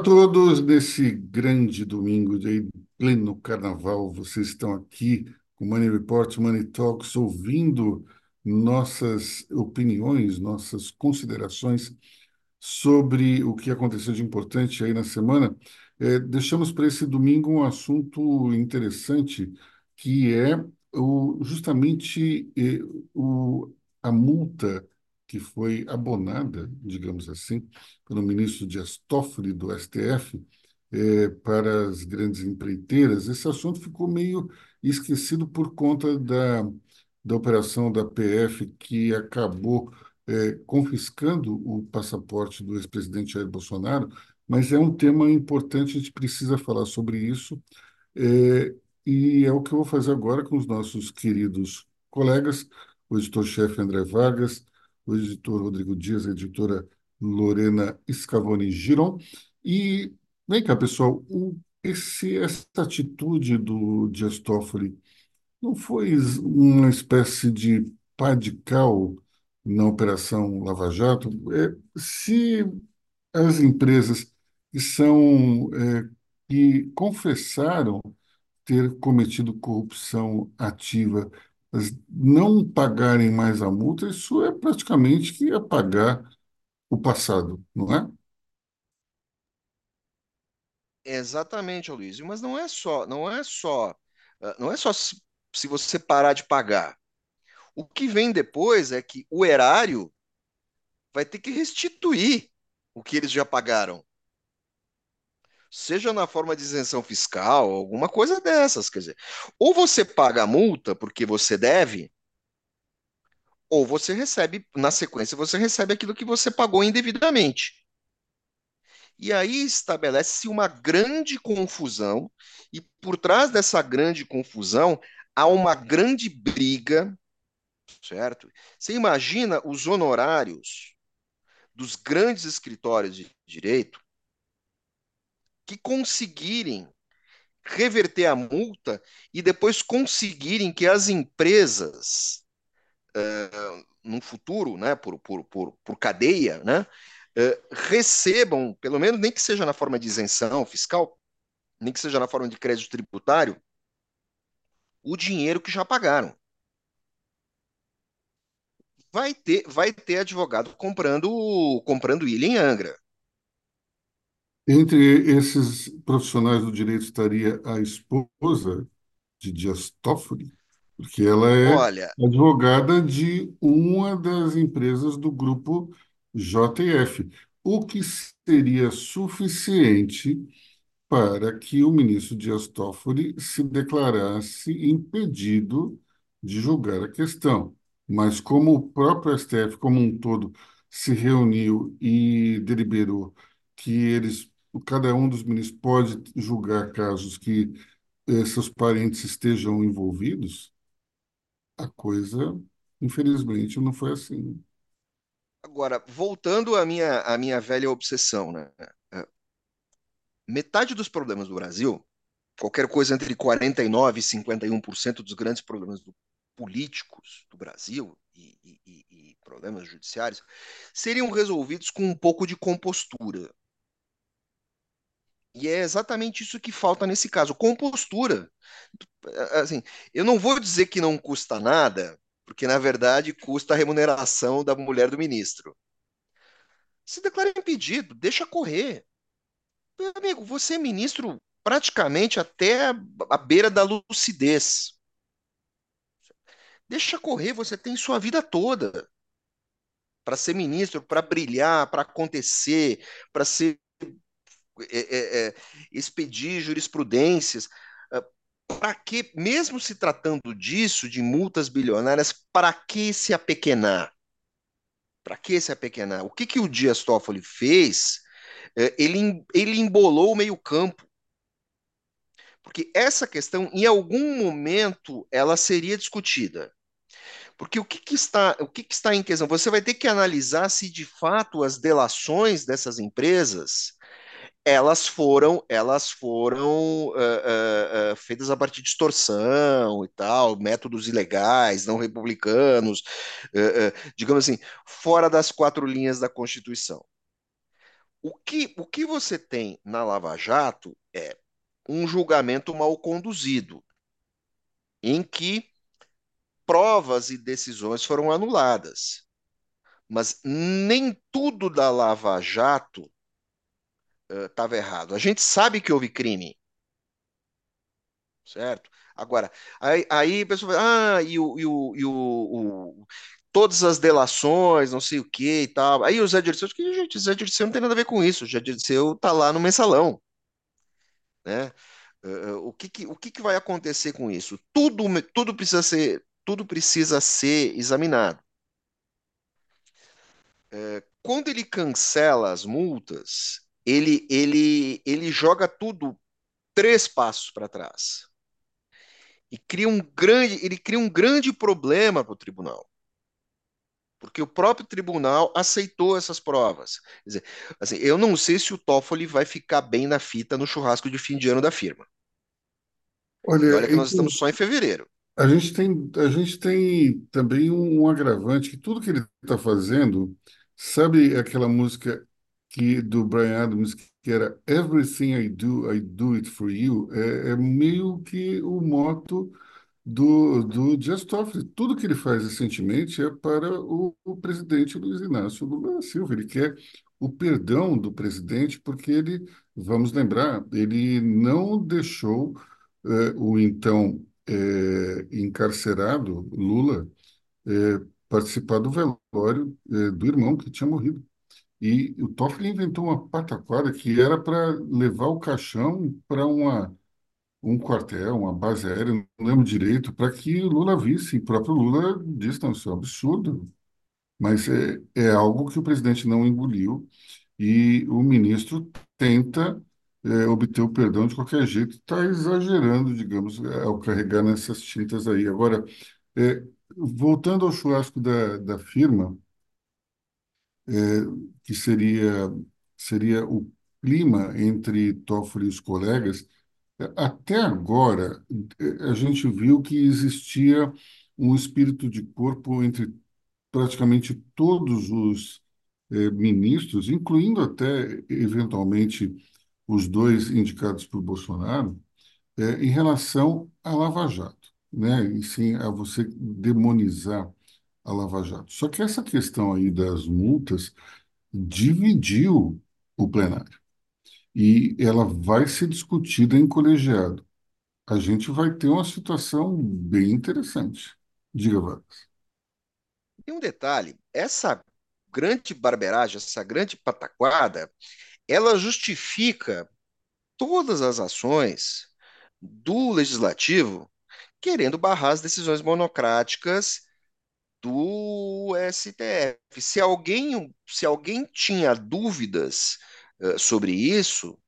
todos, nesse grande domingo de pleno carnaval, vocês estão aqui com Money Report, Money Talks, ouvindo nossas opiniões, nossas considerações sobre o que aconteceu de importante aí na semana. Deixamos para esse domingo um assunto interessante, que é justamente a multa que foi abonada, digamos assim, pelo ministro Dias Toffoli, do STF, para as grandes empreiteiras. Esse assunto ficou meio esquecido por conta da operação da PF, que acabou confiscando o passaporte do ex-presidente Jair Bolsonaro, mas é um tema importante, a gente precisa falar sobre isso, é, e é o que eu vou fazer agora com os nossos queridos colegas, o editor-chefe André Vargas, o editor Rodrigo Dias, a editora Lorena Scavoni Giron. E vem cá, pessoal, essa atitude do Dias Toffoli não foi uma espécie de pá de cal na Operação Lava Jato? Se as empresas que que confessaram ter cometido corrupção ativa, mas não pagarem mais a multa, isso é praticamente que apagar o passado, não é? Exatamente, Aloysio. Mas não é só se você parar de pagar. O que vem depois é que o erário vai ter que restituir o que eles já pagaram, seja na forma de isenção fiscal, alguma coisa dessas, quer dizer, ou você paga a multa porque você deve, ou você recebe, na sequência, você recebe aquilo que você pagou indevidamente. E aí estabelece-se uma grande confusão, e por trás dessa grande confusão há uma grande briga, certo? Você imagina os honorários dos grandes escritórios de direito que conseguirem reverter a multa e depois conseguirem que as empresas, no futuro, né, por cadeia, né, recebam, pelo menos nem que seja na forma de isenção fiscal, nem que seja na forma de crédito tributário, o dinheiro que já pagaram. Vai ter advogado comprando ilha em Angra. Entre esses profissionais do direito estaria a esposa de Dias Toffoli, porque ela é Olha, advogada de uma das empresas do grupo JF, o que seria suficiente para que o ministro Dias Toffoli se declarasse impedido de julgar a questão. Mas como o próprio STF como um todo se reuniu e deliberou que cada um dos ministros pode julgar casos que seus parentes estejam envolvidos, a coisa, infelizmente, não foi assim. agora, voltando à minha velha obsessão, né? Metade dos problemas do Brasil, qualquer coisa entre 49% e 51% dos grandes problemas políticos do Brasil e problemas judiciários seriam resolvidos com um pouco de compostura. E é exatamente isso que falta nesse caso, compostura. Assim, eu não vou dizer que não custa nada, porque na verdade custa a remuneração da mulher do ministro. Se declara impedido, deixa correr. Meu amigo, você é ministro praticamente até a beira da lucidez. Deixa correr, você tem sua vida toda para ser ministro, para brilhar, para acontecer, para ser expedir jurisprudências. Para que, mesmo se tratando disso, de multas bilionárias, para que se apequenar? Para que se apequenar? O que que o Dias Toffoli fez? Ele embolou o meio-campo, porque essa questão, em algum momento, ela seria discutida. Porque o que que está em questão? Você vai ter que analisar se de fato as delações dessas empresas elas foram feitas a partir de extorsão e tal, métodos ilegais, não republicanos, digamos assim, fora das quatro linhas da Constituição. O que você tem na Lava Jato é um julgamento mal conduzido, em que provas e decisões foram anuladas. Mas nem tudo da Lava Jato estava errado. A gente sabe que houve crime, certo? Agora, aí a pessoa fala, todas as delações, não sei o que e tal. Aí o Zé Dirceu, que, gente, o Zé Dirceu não tem nada a ver com isso. O Zé Dirceu tá lá no mensalão, né? O que vai acontecer com isso? Tudo precisa ser examinado. Quando ele cancela as multas, ele joga tudo 3 passos para trás e ele cria um grande problema para o tribunal, porque o próprio tribunal aceitou essas provas. Quer dizer, assim, eu não sei se o Toffoli vai ficar bem na fita no churrasco de fim de ano da firma. E olha Olha, que nós estamos só em fevereiro. a gente tem também um agravante, que tudo que ele está fazendo, sabe aquela música do Bryan Adams, que era Everything I do it for you, é meio que o moto do Dias Toffoli. Tudo que ele faz recentemente é para o presidente Luiz Inácio Lula da Silva. Ele quer o perdão do presidente, porque ele, vamos lembrar, ele não deixou o então encarcerado Lula participar do velório do irmão que tinha morrido. E o Toffoli inventou uma pataquada que era para levar o caixão para um quartel, uma base aérea, não lembro direito, para que o Lula visse. E o próprio Lula disse, não, isso é um absurdo. Mas é algo que o presidente não engoliu e o ministro tenta obter o perdão de qualquer jeito. Está exagerando, digamos, ao carregar nessas tintas aí. Agora, é, voltando ao churrasco da firma, é, que seria o clima entre Toffoli e os colegas, até agora, a gente viu que existia um espírito de corpo entre praticamente todos os ministros, incluindo até, eventualmente, os dois indicados por Bolsonaro, em relação à Lava Jato, né? E sim, a você demonizar a Lava Jato. Só que essa questão aí das multas dividiu o plenário e ela vai ser discutida em colegiado. A gente vai ter uma situação bem interessante. Diga, Vargas. E um detalhe, essa grande barberagem, essa grande pataquada, ela justifica todas as ações do legislativo querendo barrar as decisões monocráticas do STF. Se alguém tinha dúvidas sobre isso,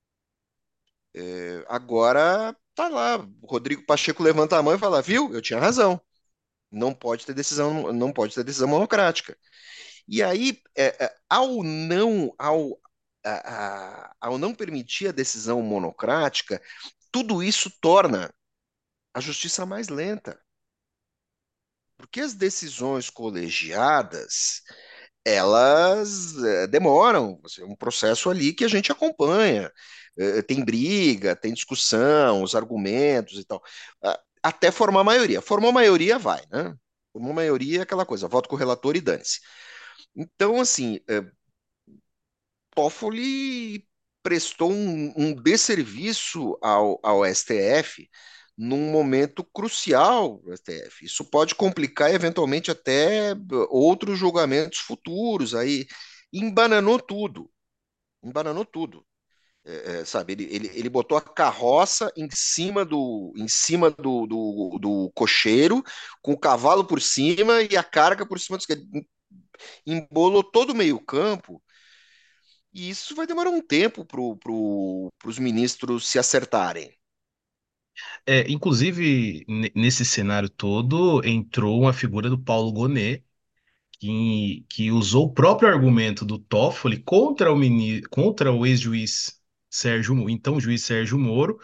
agora tá lá. O Rodrigo Pacheco levanta a mão e fala: viu? Eu tinha razão. Não pode ter decisão monocrática. E aí, ao não permitir a decisão monocrática, tudo isso torna a justiça mais lenta, porque as decisões colegiadas, elas demoram. É um processo ali que a gente acompanha. Tem briga, tem discussão, os argumentos e tal, até formar maioria. Formou maioria, vai, né? Formou maioria é aquela coisa, voto com o relator e dane-se. Então, assim, Toffoli prestou um desserviço ao STF num momento crucial do STF. Isso pode complicar eventualmente até outros julgamentos futuros. Aí embananou tudo, embananou tudo. Sabe, ele botou a carroça em cima do cocheiro, com o cavalo por cima e a carga por cima dos. Embolou todo o meio-campo. E isso vai demorar um tempo para os ministros se acertarem. Inclusive, nesse cenário todo, entrou uma figura do Paulo Gonet, que usou o próprio argumento do Toffoli contra o ex-juiz o então juiz Sérgio Moro,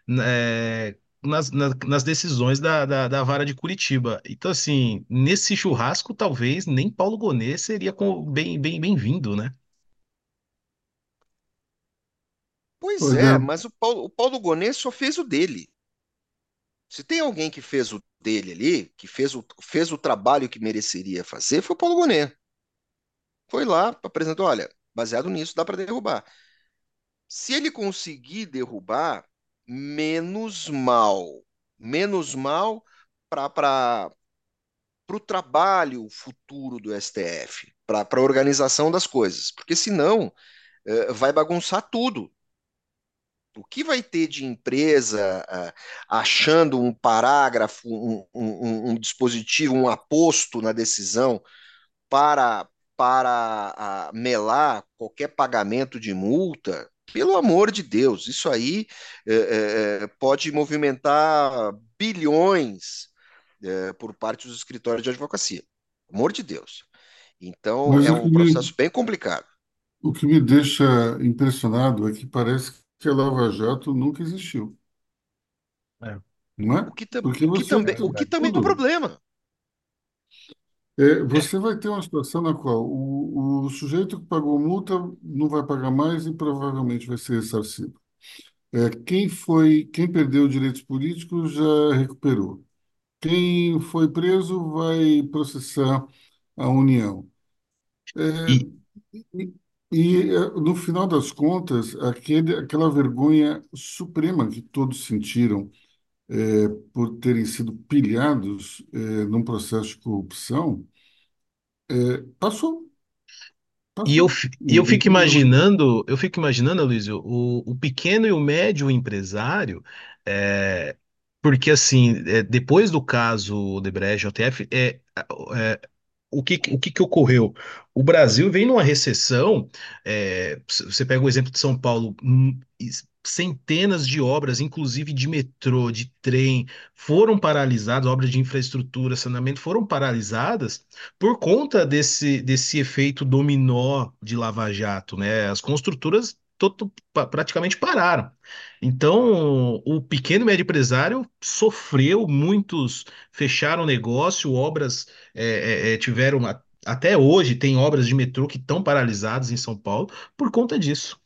nas decisões da vara de Curitiba. Então, assim, nesse churrasco, talvez nem Paulo Gonet seria bem-vindo, né? Pois Olha, é, mas o Paulo Gonet só fez o dele. Se tem alguém que fez o dele ali, que fez o trabalho que mereceria fazer, foi o Paulo Gonet. Foi lá, apresentou, olha, baseado nisso, dá para derrubar. Se ele conseguir derrubar, menos mal. Menos mal para o trabalho futuro do STF, para a organização das coisas. Porque senão vai bagunçar tudo. O que vai ter de empresa achando um parágrafo, um dispositivo, um aposto na decisão para, para melar qualquer pagamento de multa? Pelo amor de Deus, isso aí pode movimentar bilhões por parte dos escritórios de advocacia. Pelo amor de Deus. Então, mas é um processo bem complicado. o que me deixa impressionado é que parece que a Lava Jato nunca existiu, É, não O é? que, tam- Porque o que você também, tem o que também é um tudo. problema. Você vai ter uma situação na qual o sujeito que pagou multa não vai pagar mais e provavelmente vai ser ressarcido. Quem perdeu direitos políticos já recuperou. Quem foi preso vai processar a União. E, E, no final das contas, aquela vergonha suprema que todos sentiram por terem sido pilhados num processo de corrupção, passou, passou. eu fico imaginando, Aloysio, o pequeno e o médio empresário, é, porque assim, depois do caso Odebrecht, JTF, o que ocorreu? O Brasil vem numa recessão. Você pega o exemplo de São Paulo, centenas de obras, inclusive de metrô, de trem, foram paralisadas, obras de infraestrutura, saneamento foram paralisadas por conta desse efeito dominó de Lava Jato, né? As construtoras praticamente pararam. Então, o pequeno e médio empresário sofreu, muitos fecharam negócio, obras tiveram até hoje tem obras de metrô que estão paralisadas em São Paulo por conta disso.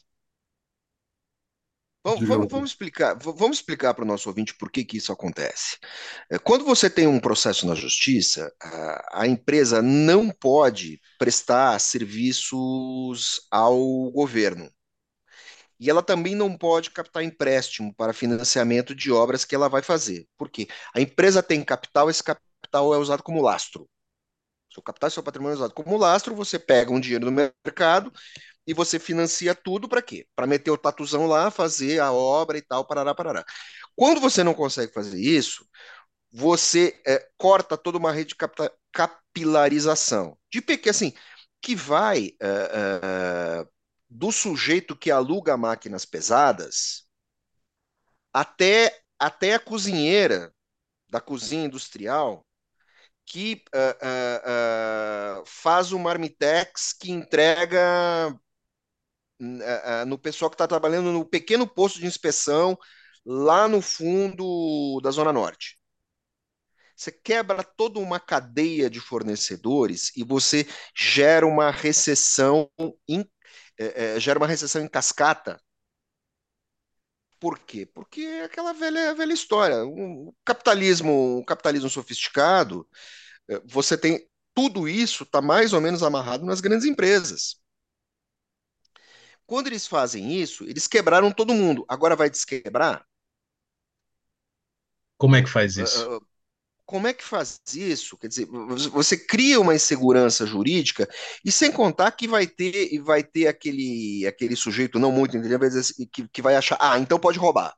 Diga lá. Vamos explicar para o nosso ouvinte por que que isso acontece. Quando você tem um processo na justiça, a empresa não pode prestar serviços ao governo. E ela também não pode captar empréstimo para financiamento de obras que ela vai fazer. Por quê? A empresa tem capital, esse capital é usado como lastro. Seu capital e seu patrimônio é usado como lastro, você pega um dinheiro no mercado e você financia tudo para quê? Para meter o tatuzão lá, fazer a obra e tal, parará, parará. Quando você não consegue fazer isso, você corta toda uma rede de capilarização. De pequeno, assim, que vai do sujeito que aluga máquinas pesadas até a cozinheira da cozinha industrial que faz o marmitex que entrega no pessoal que está trabalhando no pequeno posto de inspeção lá no fundo da Zona Norte. Você quebra toda uma cadeia de fornecedores e você gera uma recessão em cascata. Por quê? Porque é aquela velha história. Um capitalismo sofisticado, você tem tudo isso está mais ou menos amarrado nas grandes empresas. Quando eles fazem isso, eles quebraram todo mundo. Agora vai desquebrar? Como é que faz isso? Uh, Como é que faz isso? Quer dizer, você cria uma insegurança jurídica e sem contar que vai ter aquele sujeito não muito inteligente vai dizer que vai achar, então pode roubar.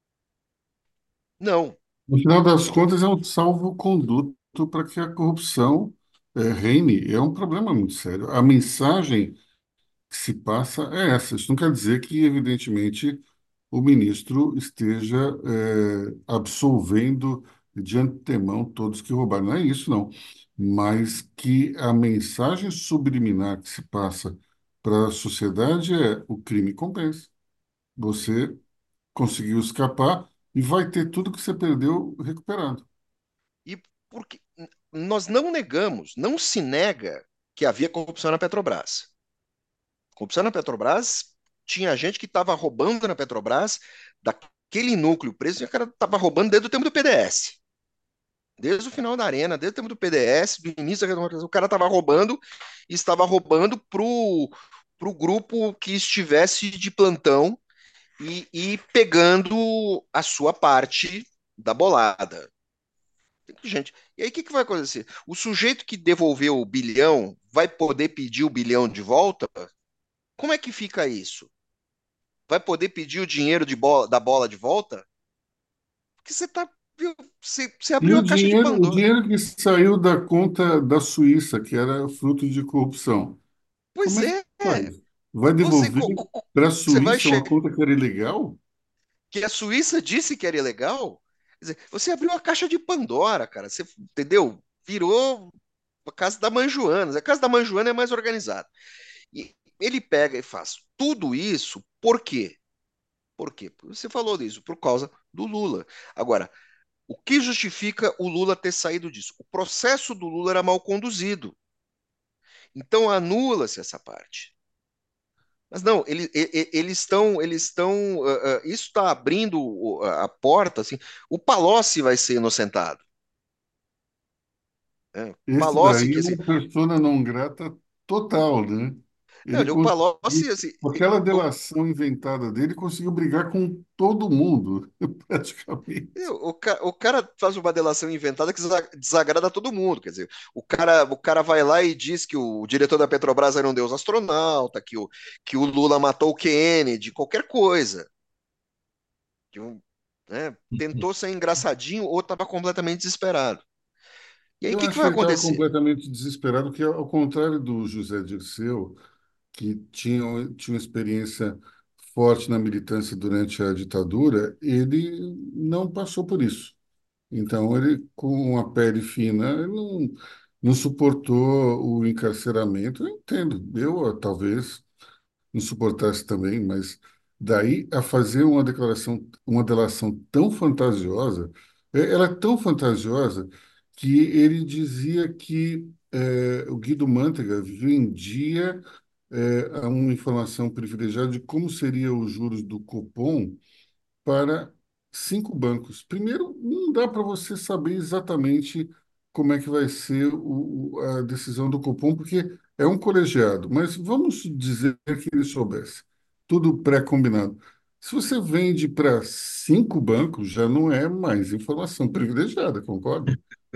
Não. No final das contas, é um salvo-conduto para que a corrupção reine. É um problema muito sério. A mensagem que se passa é essa. Isso não quer dizer que, evidentemente, o ministro esteja absolvendo de antemão todos que roubaram. Não é isso, não. Mas que a mensagem subliminar que se passa para a sociedade é: o crime compensa. Você conseguiu escapar e vai ter tudo que você perdeu recuperado. E porque nós não negamos, não se nega que havia corrupção na Petrobras. Corrupção na Petrobras tinha gente que estava roubando na Petrobras, daquele núcleo preso, e o cara estava roubando desde o tempo do PDS. Desde o final da arena, desde o tempo do PDS, do início da democracia, o cara estava roubando e estava roubando pro grupo que estivesse de plantão e pegando a sua parte da bolada. Gente, e aí o que, que vai acontecer? O sujeito que devolveu o bilhão vai poder pedir o bilhão de volta? Como é que fica isso? Vai poder pedir o dinheiro da bola de volta? Porque você tá, viu, você E abriu a caixa de o Pandora. dinheiro que saiu da conta da Suíça, que era fruto de corrupção, como Pois é que é, faz? Vai você, devolver para a você vai Suíça uma chegar. conta que era ilegal? Que a Suíça disse que era ilegal? Quer dizer, você abriu a caixa de Pandora, cara. Você, entendeu? Virou a casa da mãe Joana. A casa da mãe Joana é mais organizada. E ele pega e faz tudo isso, por quê? Por quê? Você falou disso, por causa do Lula. Agora, o que justifica o Lula ter saído disso? O processo do Lula era mal conduzido. Então anula-se essa parte. Mas não, isso está abrindo a porta, assim. O Palocci vai ser inocentado. Né? Esse Palocci, daí que é assim, uma persona não grata total, né? Ele não, o conseguiu, Palocci, assim, com aquela delação inventada dele, conseguiu brigar com todo mundo, praticamente. o cara faz uma delação inventada que desagrada todo mundo. Quer dizer, o cara vai lá e diz que o diretor da Petrobras era um deus astronauta, que o Lula matou o Kennedy, qualquer coisa. Que, né, tentou ser engraçadinho ou estava completamente desesperado. E aí, o Eu que que acho que vai ele estava acontecer? completamente desesperado, que ao contrário do José Dirceu, que tinha uma experiência forte na militância durante a ditadura, ele não passou por isso. Então, ele, com a pele fina, ele não suportou o encarceramento. Eu entendo, eu talvez não suportasse também, mas daí a fazer uma declaração, uma delação tão fantasiosa, ela é tão fantasiosa que ele dizia que o Guido Mantega vendia uma informação privilegiada de como seria os juros do Copom para 5 bancos. Primeiro, não dá para você saber exatamente como é que vai ser a decisão do Copom, porque é um colegiado, mas vamos dizer que ele soubesse. Tudo pré-combinado. Se você vende para 5 bancos, já não é mais informação privilegiada, concorda?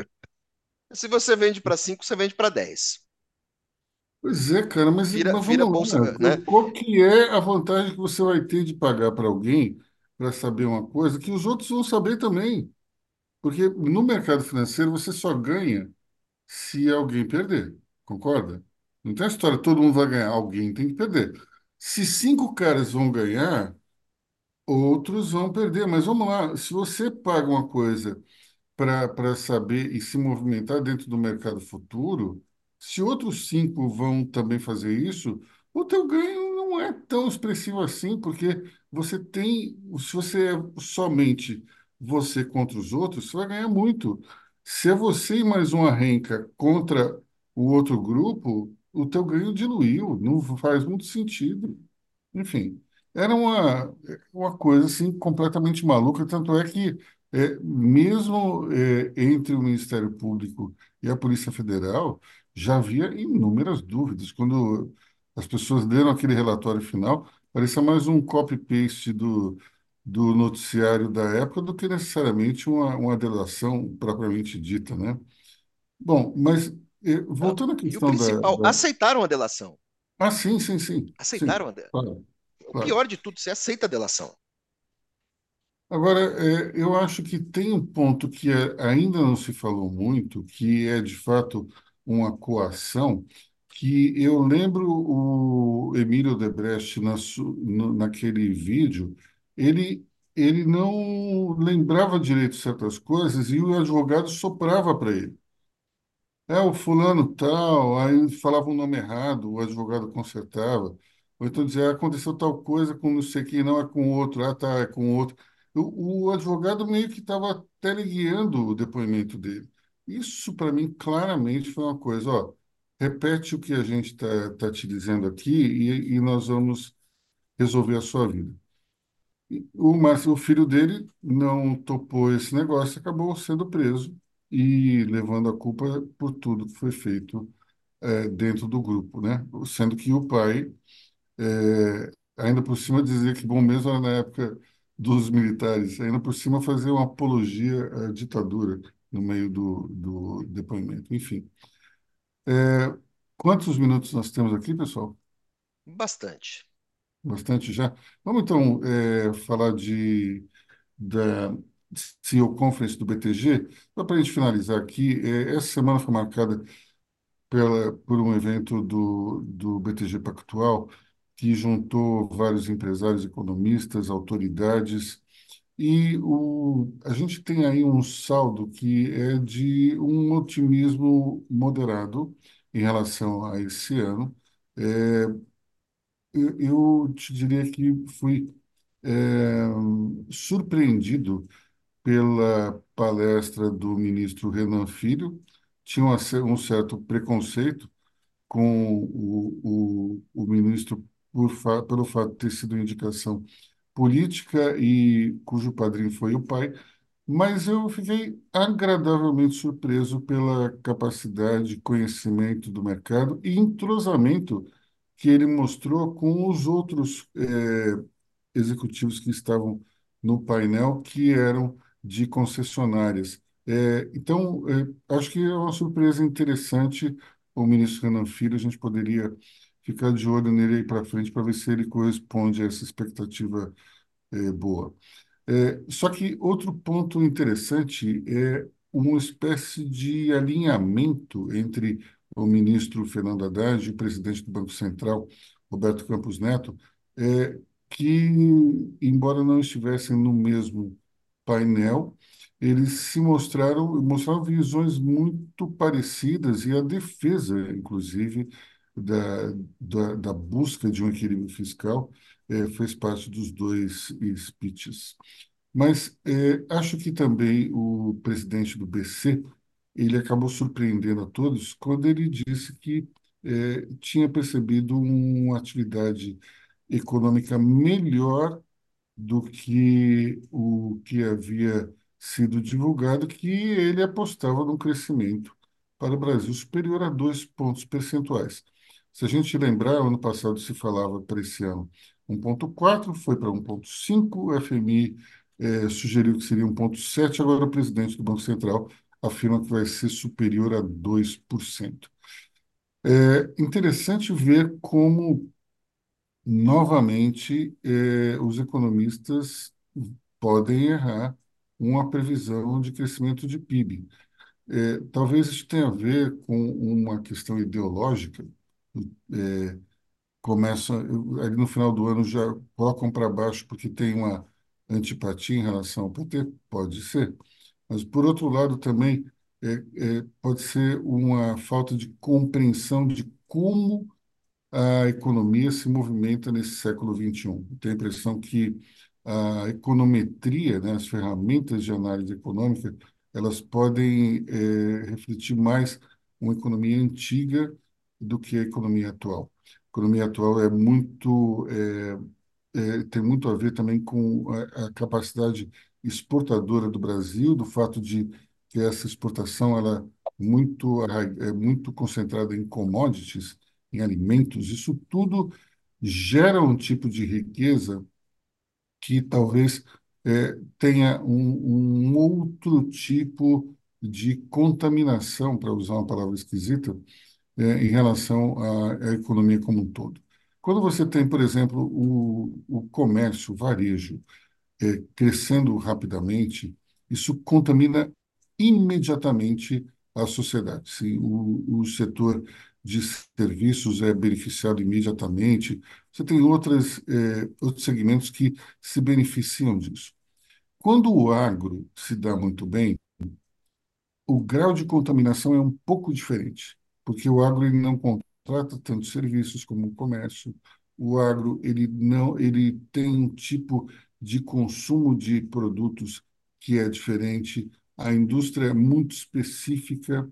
Se você vende para 5, você vende para 10. Pois é, cara, mas Vira vamos bolsa, lá. né? Qual que é a vantagem que você vai ter de pagar para alguém para saber uma coisa que os outros vão saber também? Porque no mercado financeiro você só ganha se alguém perder, concorda? Não tem a história, todo mundo vai ganhar, alguém tem que perder. Se 5 caras vão ganhar, outros vão perder. Mas vamos lá, se você paga uma coisa para saber e se movimentar dentro do mercado futuro, se outros 5 vão também fazer isso, o teu ganho não é tão expressivo assim, porque você tem, se você é somente você contra os outros, você vai ganhar muito. Se é você e mais uma renca contra o outro grupo, o teu ganho diluiu, não faz muito sentido. Enfim, era uma coisa assim completamente maluca, tanto é que mesmo entre o Ministério Público e a Polícia Federal já havia inúmeras dúvidas. Quando as pessoas leram aquele relatório final, parecia mais um copy-paste do noticiário da época do que necessariamente uma delação propriamente dita, né? Bom, mas Não. voltando à E o questão principal, aceitaram a delação. Ah, sim, sim, sim, sim, Aceitaram a delação. claro, O claro. pior de tudo, você aceita a delação. Agora, eu acho que tem um ponto que ainda não se falou muito, que é de fato uma coação, que eu lembro o Emílio Odebrecht naquele vídeo, ele, ele não lembrava direito certas coisas e o advogado soprava para ele. É o fulano tal, aí falava o nome errado, o advogado consertava. Ou então dizia, aconteceu tal coisa com não sei quem, não é com outro, ah, tá, é com outro. O advogado meio que estava teleguiando o depoimento dele. Isso, para mim, claramente foi uma coisa, ó, repete o que a gente tá te dizendo aqui e nós vamos resolver a sua vida. O filho dele não topou esse negócio, acabou sendo preso e levando a culpa por tudo que foi feito dentro do grupo, né? Sendo que o pai, ainda por cima, dizia que bom mesmo era na época dos militares, ainda por cima fazia uma apologia à ditadura no meio do depoimento. Enfim, é, quantos minutos nós temos aqui, pessoal? Bastante. Bastante já. Vamos então falar da CEO Conference do BTG. Só para a gente finalizar aqui, essa semana foi marcada por um evento do BTG Pactual, que juntou vários empresários, economistas, autoridades, e a gente tem aí um saldo que é de um otimismo moderado em relação a esse ano. É, eu te diria que fui é, surpreendido pela palestra do ministro Renan Filho. Tinha um certo preconceito com o ministro pelo fato de ter sido indicação política e cujo padrinho foi o pai, mas eu fiquei agradavelmente surpreso pela capacidade, conhecimento do mercado e entrosamento que ele mostrou com os outros executivos que estavam no painel, que eram de concessionárias. Então, acho que é uma surpresa interessante o ministro Renan Filho. A gente poderia ficar de olho nele aí para frente para ver se ele corresponde a essa expectativa boa. Só que outro ponto interessante é uma espécie de alinhamento entre o ministro Fernando Haddad e o presidente do Banco Central, Roberto Campos Neto, é, que, embora não estivessem no mesmo painel, eles mostraram visões muito parecidas e a defesa, inclusive, da busca de um equilíbrio fiscal fez parte dos dois speeches. Mas acho que também o presidente do BC ele acabou surpreendendo a todos quando ele disse que tinha percebido uma atividade econômica melhor do que o que havia sido divulgado, que ele apostava num crescimento para o Brasil superior a 2 pontos percentuais. Se a gente lembrar, ano passado se falava para esse ano 1,4, foi para 1,5, o FMI sugeriu que seria 1,7, agora o presidente do Banco Central afirma que vai ser superior a 2%. É interessante ver como novamente, os economistas podem errar uma previsão de crescimento de PIB. Talvez isso tenha a ver com uma questão ideológica. Ali no final do ano já colocam para baixo porque tem uma antipatia em relação ao PT? Pode ser. Mas, por outro lado, também pode ser uma falta de compreensão de como a economia se movimenta nesse século XXI. Tenho a impressão que a econometria, né, as ferramentas de análise econômica, elas podem refletir mais uma economia antiga do que a economia atual. A economia atual tem muito a ver também com a capacidade exportadora do Brasil, do fato de que essa exportação ela é muito concentrada em commodities, em alimentos. Isso tudo gera um tipo de riqueza que talvez tenha um outro tipo de contaminação, para usar uma palavra esquisita, em relação à economia como um todo. Quando você tem, por exemplo, o comércio, o varejo, crescendo rapidamente, isso contamina imediatamente a sociedade. Se o setor de serviços é beneficiado imediatamente, você tem outros segmentos que se beneficiam disso. Quando o agro se dá muito bem, o grau de contaminação é um pouco diferente, porque o agro ele não contrata tantos serviços como o comércio. O agro ele não, ele tem um tipo de consumo de produtos que é diferente. A indústria é muito específica.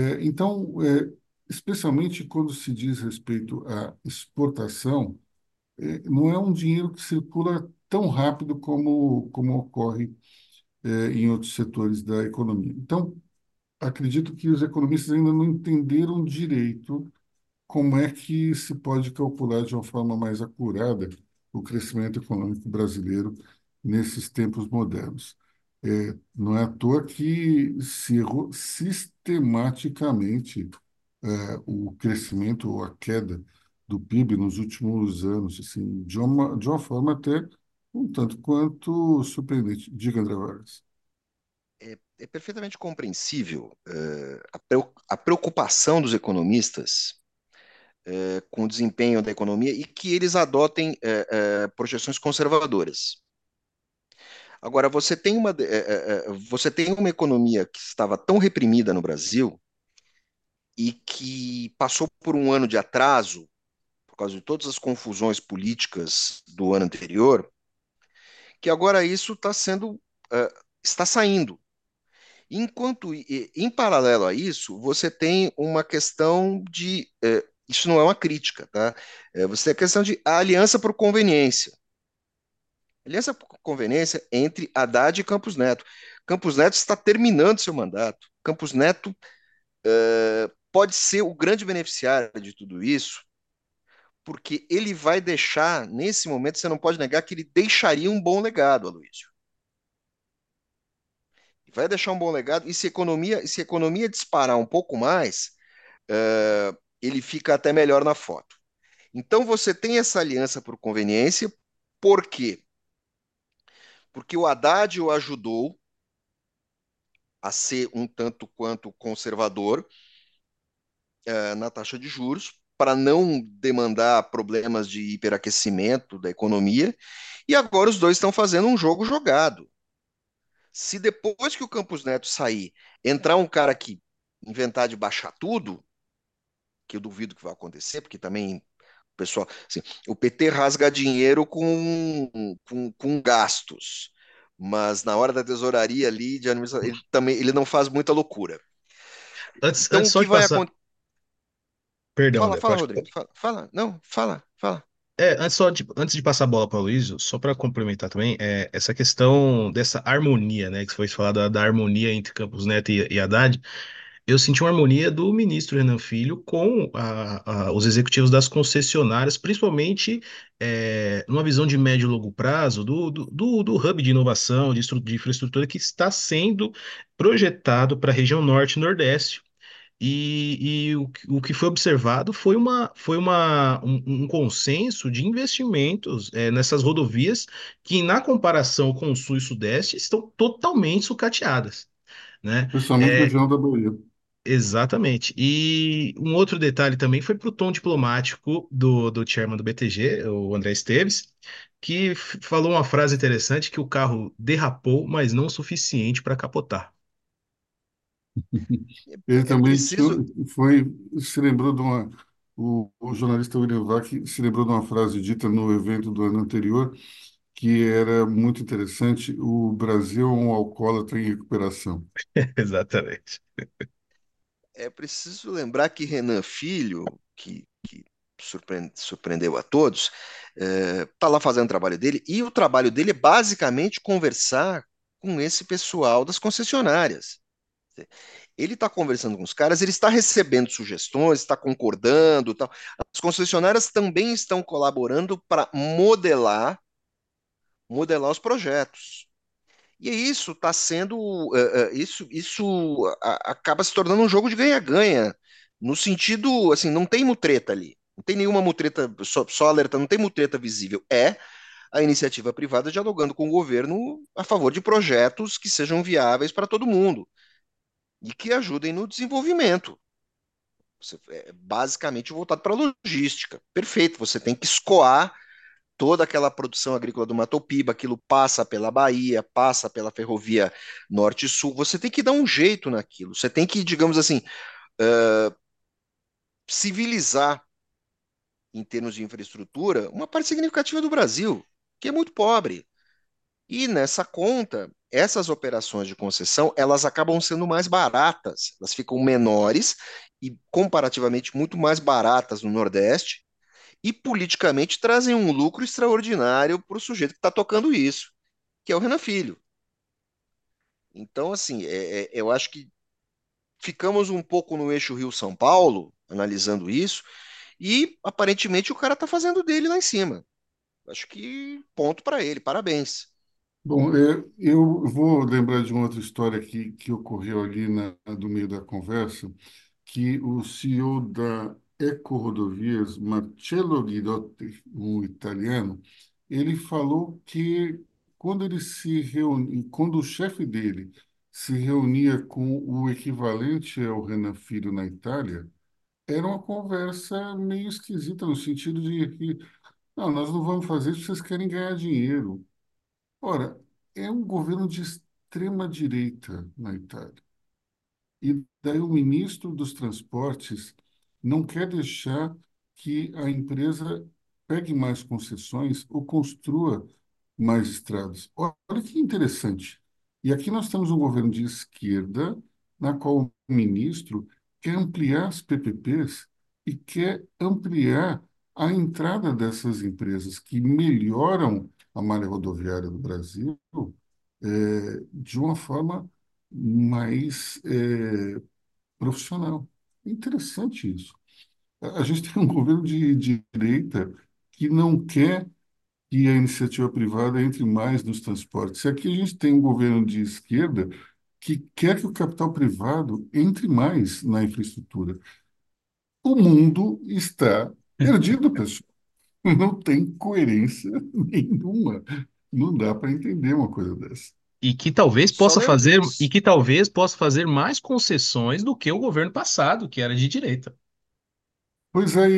Então, especialmente quando se diz respeito à exportação, não é um dinheiro que circula tão rápido como ocorre em outros setores da economia. Então, acredito que os economistas ainda não entenderam direito como é que se pode calcular de uma forma mais acurada o crescimento econômico brasileiro nesses tempos modernos. Não é à toa que se errou sistematicamente o crescimento ou a queda do PIB nos últimos anos, assim, de uma forma até um tanto quanto surpreendente. Diga, André Vargas. É perfeitamente compreensível, a preocupação dos economistas com o desempenho da economia e que eles adotem projeções conservadoras. Agora, você tem uma economia que estava tão reprimida no Brasil e que passou por um ano de atraso por causa de todas as confusões políticas do ano anterior, que agora isso está saindo. Em paralelo a isso, você tem uma questão isso não é uma crítica, tá? Você tem a questão de aliança por conveniência. Aliança por conveniência entre Haddad e Campos Neto. Campos Neto está terminando seu mandato. Campos Neto pode ser o grande beneficiário de tudo isso, porque ele vai deixar, nesse momento, você não pode negar que ele deixaria um bom legado, Aloysio. Vai deixar um bom legado, e se a economia disparar um pouco mais, ele fica até melhor na foto. Então você tem essa aliança por conveniência, por quê? Porque o Haddad o ajudou a ser um tanto quanto conservador na taxa de juros, para não demandar problemas de hiperaquecimento da economia, e agora os dois estão fazendo um jogo jogado. Se depois que o Campos Neto sair, entrar um cara que inventar de baixar tudo, que eu duvido que vai acontecer, porque também o pessoal, assim, o PT rasga dinheiro com gastos, mas na hora da tesouraria ali, de administração, ele não faz muita loucura. Então, Antes o só que de vai passar. acontecer? Perdão, Fala, André, fala, pode. Rodrigo. Fala. Não, fala. Antes de passar a bola para o Luiz, só para complementar também, essa questão dessa harmonia, né, que foi falado da harmonia entre Campos Neto e Haddad, eu senti uma harmonia do ministro Renan Filho com os executivos das concessionárias, principalmente numa visão de médio e longo prazo do hub de inovação, de infraestrutura que está sendo projetado para a região norte e nordeste. O que foi observado foi um consenso de investimentos nessas rodovias que, na comparação com o Sul e Sudeste, estão totalmente sucateadas, né? Principalmente É, região da Bahia. exatamente. E um outro detalhe também foi para o tom diplomático do chairman do BTG, o André Esteves, que falou uma frase interessante que o carro derrapou, mas não o suficiente para capotar. Ele É também preciso. se lembrou o jornalista William Vac se lembrou de uma frase dita no evento do ano anterior, que era muito interessante: o Brasil é um alcoólatra em recuperação. Exatamente. É preciso lembrar que Renan Filho, que surpreendeu a todos, está lá fazendo o trabalho dele, e o trabalho dele é basicamente conversar com esse pessoal das concessionárias. Ele está conversando com os caras, ele está recebendo sugestões, está concordando, tal. As concessionárias também estão colaborando para modelar os projetos. E isso está sendo, acaba se tornando um jogo de ganha-ganha, no sentido, assim, não tem mutreta ali, não tem nenhuma mutreta, só alerta, não tem mutreta visível. É a iniciativa privada dialogando com o governo a favor de projetos que sejam viáveis para todo mundo e que ajudem no desenvolvimento. É basicamente voltado para a logística. Perfeito, você tem que escoar toda aquela produção agrícola do Mato Piba, aquilo passa pela Bahia, passa pela ferrovia Norte e Sul. Você tem que dar um jeito naquilo. Você tem que, digamos assim, civilizar, em termos de infraestrutura, uma parte significativa do Brasil, que é muito pobre. E nessa conta, essas operações de concessão, elas acabam sendo mais baratas. Elas ficam menores e comparativamente muito mais baratas no Nordeste e politicamente trazem um lucro extraordinário para o sujeito que está tocando isso, que é o Renan Filho. Então, assim, eu acho que ficamos um pouco no eixo Rio-São Paulo, analisando isso, e aparentemente o cara está fazendo dele lá em cima. Acho que ponto para ele, parabéns. Bom, eu vou lembrar de uma outra história que ocorreu ali do meio da conversa, que o CEO da Eco Rodovias, Marcello Guidotti, um italiano, ele falou que quando o chefe dele se reunia com o equivalente ao Renan Filho na Itália, era uma conversa meio esquisita, no sentido de que, não, nós não vamos fazer isso, vocês querem ganhar dinheiro. Ora, é um governo de extrema direita na Itália. E daí o ministro dos Transportes não quer deixar que a empresa pegue mais concessões ou construa mais estradas. Olha que interessante. E aqui nós temos um governo de esquerda, na qual o ministro quer ampliar as PPPs e quer ampliar a entrada dessas empresas que melhoram a malha rodoviária do Brasil, de uma forma mais profissional. É interessante isso. A gente tem um governo de direita que não quer que a iniciativa privada entre mais nos transportes. E aqui a gente tem um governo de esquerda que quer que o capital privado entre mais na infraestrutura. O mundo está perdido, pessoal. Não tem coerência nenhuma. Não dá para entender uma coisa dessa. Só lem- E que talvez possa fazer mais concessões do que o governo passado, que era de direita. Pois é, e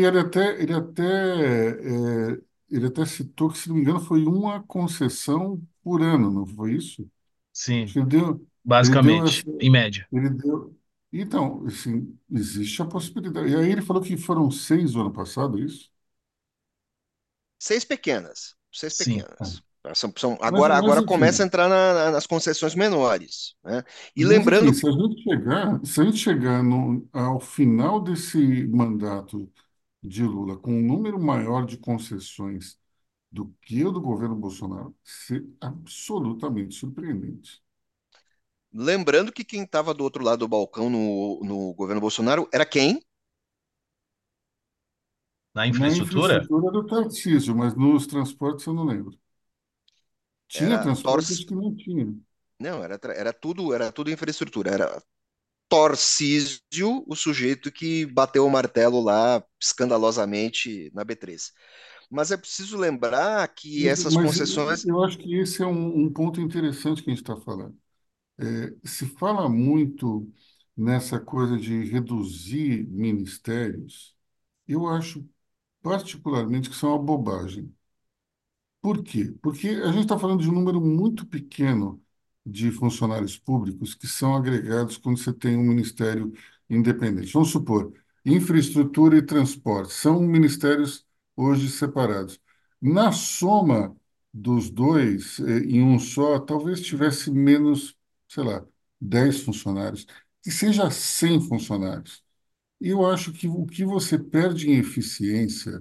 ele até citou que, se não me engano, foi uma concessão por ano, não foi isso? Acho Sim, que ele deu essa, basicamente, em média. ele deu. Então, assim, existe a possibilidade. E aí ele falou que foram 6 o ano passado, é isso? Seis pequenas, seis Sim. Bom, pequenas. mas Agora começa a enfim, entrar nas concessões menores, né? E mas enfim, lembrando, se a gente chegar ao final desse mandato de Lula com um número maior de concessões do que o do governo Bolsonaro, ser absolutamente surpreendente. lembrando que quem estava do outro lado do balcão no governo Bolsonaro era quem? Na Na infraestrutura? infraestrutura do Tarcísio, mas nos transportes eu não lembro. Tinha Era transporte, Tors, acho que não tinha. não, era tudo infraestrutura. Era Torcísio, o sujeito que bateu o martelo lá escandalosamente na B3. Mas é preciso lembrar que essas Mas concessões, eu acho que esse é um ponto interessante que a gente está falando. Se fala muito nessa coisa de reduzir ministérios, eu acho particularmente que isso é uma bobagem. Por quê? Porque a gente está falando de um número muito pequeno de funcionários públicos que são agregados quando você tem um ministério independente. Vamos supor, infraestrutura e transporte são ministérios hoje separados. Na soma dos dois, em um só, talvez tivesse menos, sei lá, 10 funcionários, que seja 100 funcionários. E eu acho que o que você perde em eficiência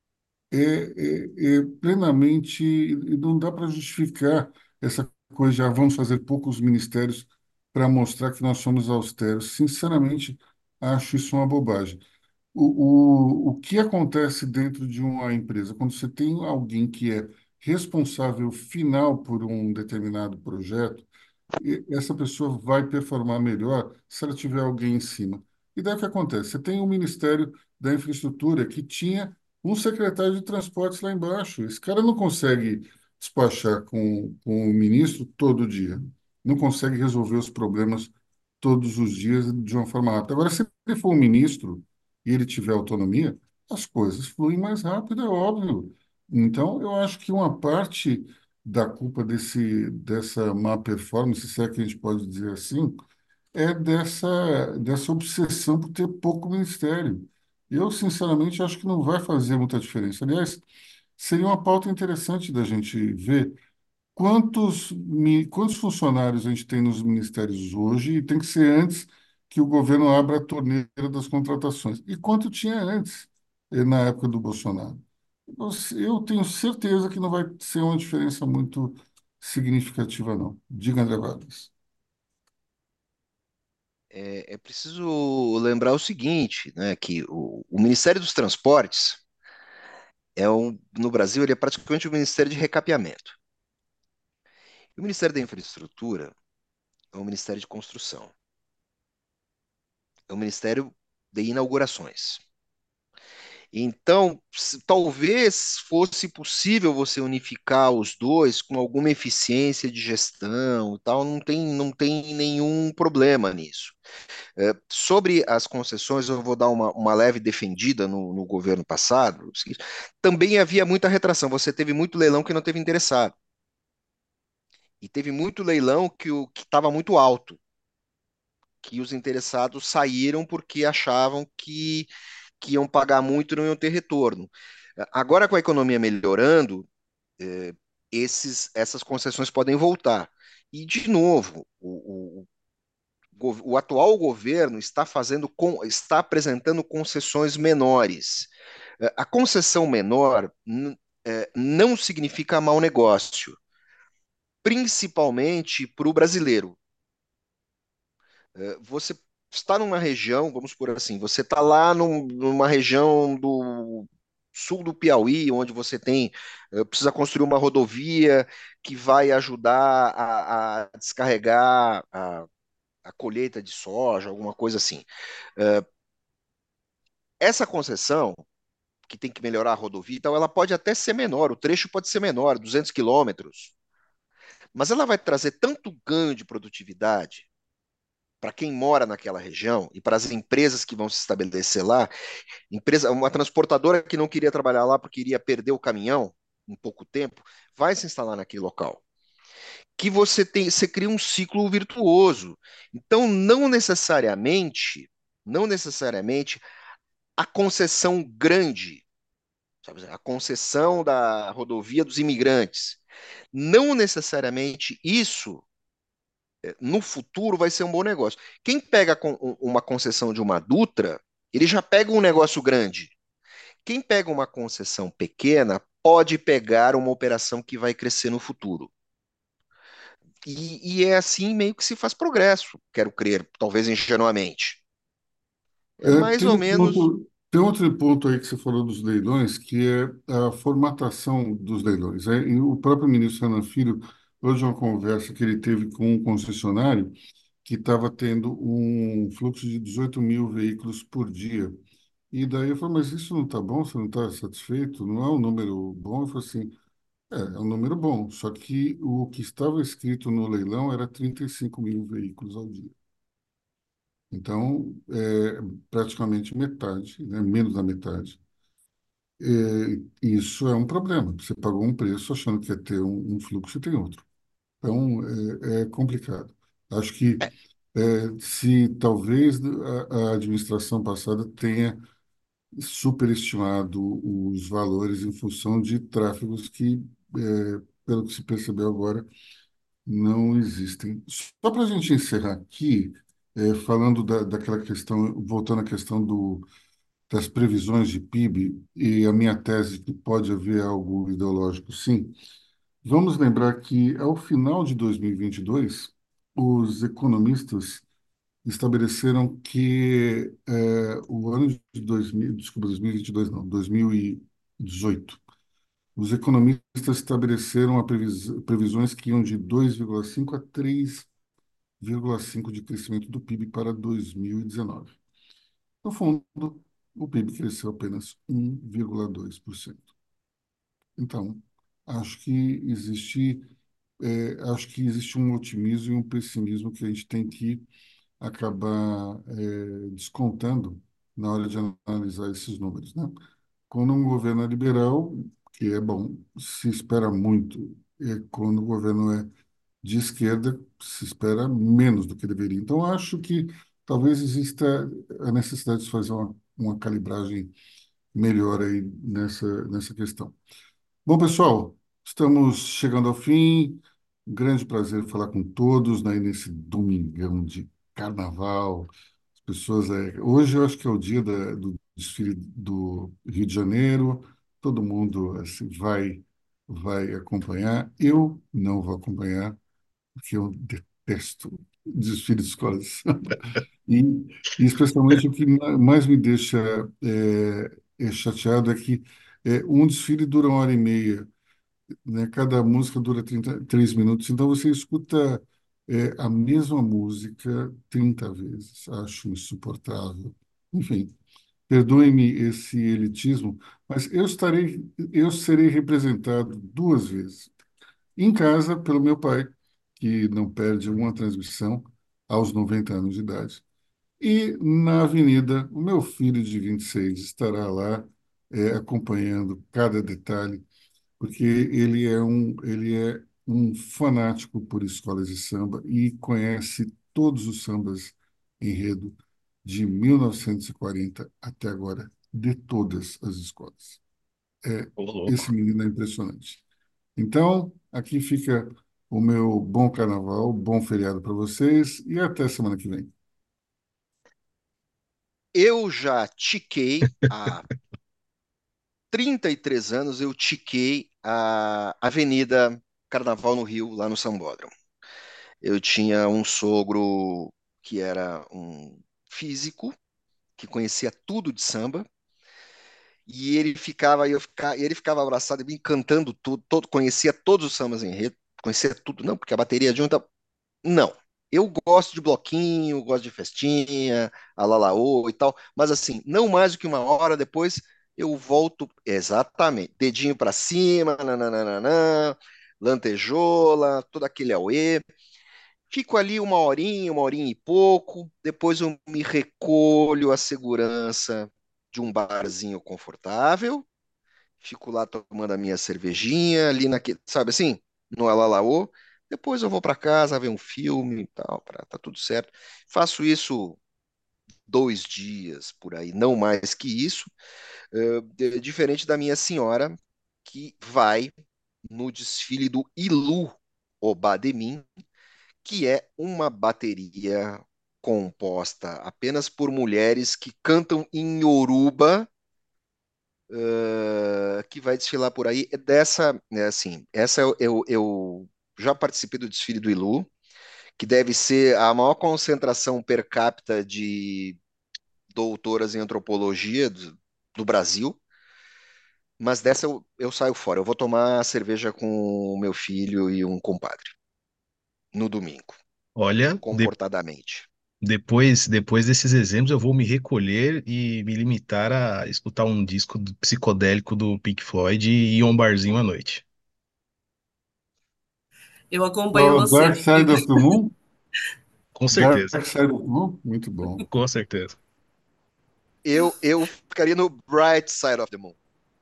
plenamente, e não dá para justificar essa coisa de vamos fazer poucos ministérios para mostrar que nós somos austeros. Sinceramente, acho isso uma bobagem. O que acontece dentro de uma empresa, quando você tem alguém que é responsável final por um determinado projeto, essa pessoa vai performar melhor se ela tiver alguém em cima. E daí o que acontece? Você tem o Ministério da Infraestrutura que tinha um secretário de transportes lá embaixo. Esse cara não consegue despachar com o ministro todo dia, não consegue resolver os problemas todos os dias de uma forma rápida. Agora, se ele for um ministro e ele tiver autonomia, as coisas fluem mais rápido, é óbvio. Então, eu acho que uma parte da culpa dessa má performance, se é que a gente pode dizer assim, é dessa obsessão por ter pouco ministério. Eu, sinceramente, acho que não vai fazer muita diferença. Aliás, seria uma pauta interessante da gente ver quantos funcionários a gente tem nos ministérios hoje, e tem que ser antes que o governo abra a torneira das contratações. E quanto tinha antes, na época do Bolsonaro. Eu tenho certeza que não vai ser uma diferença muito significativa, não. Diga, André Vargas. É preciso lembrar o seguinte, né, que o Ministério dos Transportes no Brasil, ele é praticamente um ministério de recapeamento. E o Ministério da Infraestrutura é um ministério de construção, é um ministério de inaugurações. Então, talvez fosse possível você unificar os dois com alguma eficiência de gestão e tal, não tem nenhum problema nisso. Sobre as concessões, eu vou dar uma leve defendida no governo passado. O seguinte, também havia muita retração, você teve muito leilão que não teve interessado, e teve muito leilão que estava muito alto, que os interessados saíram porque achavam que iam pagar muito e não iam ter retorno. Agora, com a economia melhorando, essas concessões podem voltar. E, de novo, o atual governo está apresentando concessões menores. A concessão menor não significa mau negócio, principalmente para o brasileiro. Você está numa região, vamos por assim, você está lá numa região do sul do Piauí, onde você precisa construir uma rodovia que vai ajudar a descarregar a colheita de soja, alguma coisa assim. Essa concessão, que tem que melhorar a rodovia e tal, ela pode até ser menor, o trecho pode ser menor, 200 quilômetros, mas ela vai trazer tanto ganho de produtividade para quem mora naquela região e para as empresas que vão se estabelecer lá, uma transportadora que não queria trabalhar lá porque iria perder o caminhão em pouco tempo, vai se instalar naquele local. Que você cria um ciclo virtuoso. Então, não necessariamente a concessão grande, sabe, a concessão da rodovia dos imigrantes, não necessariamente isso no futuro vai ser um bom negócio. Quem pega uma concessão de uma Dutra, ele já pega um negócio grande. Quem pega uma concessão pequena pode pegar uma operação que vai crescer no futuro. E é assim meio que se faz progresso, quero crer, talvez ingenuamente. É É, mais ou menos. tem outro ponto aí que você falou dos leilões, que é a formatação dos leilões. E o próprio ministro Renan Filho, hoje, uma conversa que ele teve com um concessionário que estava tendo um fluxo de 18 mil veículos por dia. E daí eu falei, mas isso não está bom? Você não está satisfeito? Não é um número bom? Eu falei assim, é um número bom, só que o que estava escrito no leilão era 35 mil veículos ao dia. Então, praticamente metade, né, menos da metade. Isso é um problema. Você pagou um preço achando que ia ter um fluxo e tem outro. Então, é complicado. Acho que É, se talvez a administração passada tenha superestimado os valores em função de tráfegos que, pelo que se percebeu agora, não existem. Só para a gente encerrar aqui, falando daquela questão, voltando à questão das previsões de PIB e a minha tese que pode haver algo ideológico, sim. Vamos lembrar que, ao final de 2022, os economistas estabeleceram que o ano de 2000, desculpa, 2022 não, 2018, os economistas estabeleceram previsões que iam de 2,5 a 3,5 de crescimento do PIB para 2019. No fundo, o PIB cresceu apenas 1,2%. Então, acho que existe, acho que existe um otimismo e um pessimismo que a gente tem que acabar descontando na hora de analisar esses números, né? Quando um governo é liberal, que é bom, se espera muito. Quando o governo é de esquerda, se espera menos do que deveria. Então, acho que talvez exista a necessidade de fazer uma calibragem melhor aí nessa questão. Bom, pessoal, estamos chegando ao fim. Um grande prazer falar com todos, né, nesse domingão de carnaval. As pessoas, hoje eu acho que é o dia do desfile do Rio de Janeiro. todo mundo assim, vai acompanhar. Eu não vou acompanhar, porque eu detesto desfile de escola de samba. E, e especialmente o que mais me deixa chateado é que um desfile dura 1 hora e meia, né? Cada música dura 33 minutos, então você escuta a mesma música 30 vezes. Acho insuportável. Enfim, perdoe-me esse elitismo, mas eu serei representado 2 vezes. Em casa, pelo meu pai, que não perde uma transmissão aos 90 anos de idade. E na avenida, o meu filho de 26 estará lá acompanhando cada detalhe, porque ele é um fanático por escolas de samba e conhece todos os sambas enredo de 1940 até agora, de todas as escolas. Ô, louco. Esse menino é impressionante. Então, aqui fica o meu bom carnaval, bom feriado para vocês e até semana que vem. Eu já tiquei há 33 anos, eu tiquei a Avenida Carnaval no Rio, lá no Sambódromo. Eu tinha um sogro que era um físico, que conhecia tudo de samba, e ele ficava abraçado em mim, cantando tudo, conhecia todos os sambas em enredo, conhecia tudo, não, porque a bateria junta, não. Eu gosto de bloquinho, gosto de festinha, alalaô e tal, mas assim, não mais do que 1 hora depois eu volto exatamente, dedinho para cima, nananana, lantejola, todo aquele auê. Fico ali 1 horinha e pouco, depois eu me recolho à segurança de um barzinho confortável, fico lá tomando a minha cervejinha, ali naquele, sabe assim, no Alalaô. Depois eu vou para casa ver um filme e tal, tá tudo certo. Faço isso 2 dias por aí, não mais que isso. Diferente da minha senhora, que vai no desfile do Ilu Obademin, que é uma bateria composta apenas por mulheres que cantam em Yoruba, que vai desfilar por aí. Essa eu já participei do desfile do Ilu, que deve ser a maior concentração per capita de doutoras em antropologia do Brasil, mas dessa eu saio fora. Eu vou tomar cerveja com o meu filho e um compadre no domingo, Olha, comportadamente. depois desses exemplos, eu vou me recolher e me limitar a escutar um disco psicodélico do Pink Floyd e ir a um barzinho à noite. Eu acompanho Qual você, Dark Side Rodrigo. of the Moon? Com Dark certeza, Side of the Moon? Muito bom. com certeza. Eu ficaria no Bright Side of the Moon.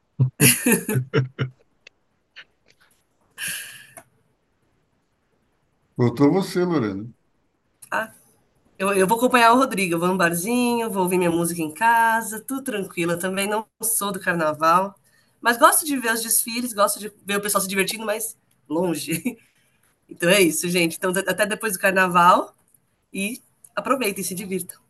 Voltou você, Lorena. Ah, eu vou acompanhar o Rodrigo. Eu vou no barzinho, vou ouvir minha música em casa, tudo tranquilo. Eu também não sou do carnaval, mas gosto de ver os desfiles, gosto de ver o pessoal se divertindo, mas longe. Então é isso, gente. Então, até depois do carnaval e aproveitem e se divirtam.